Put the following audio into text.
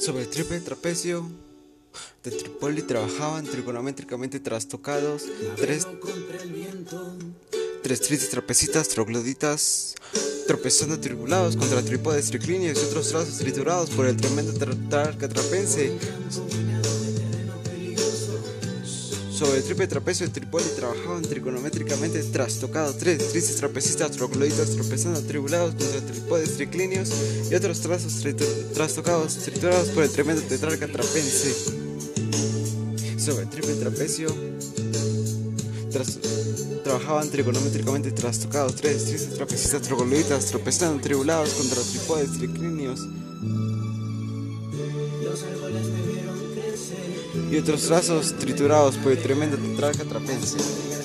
Sobre el triple trapecio de Trípoli trabajaban trigonométricamente trastocados tres tristes trapecistas trogloditas, tropezando tribulados contra trípodes triclíneos y otros trazos triturados por el tremendo trarca trapense. Sobre el triple trapecio de Trípoli trabajaban trigonométricamente trastocados tres tristes trapecistas trogloditas, tropezando tribulados contra trípodes triclíneos y otros trazos trastocados triturados por el tremendo tetrarca trapense. Sobre el triple trapecio trabajaban trigonométricamente trastocados tres tristes trapecistas trogloditas, tropezando tribulados contra trípodes triclíneos y otros trazos triturados por el tremendo tetrarca trapense.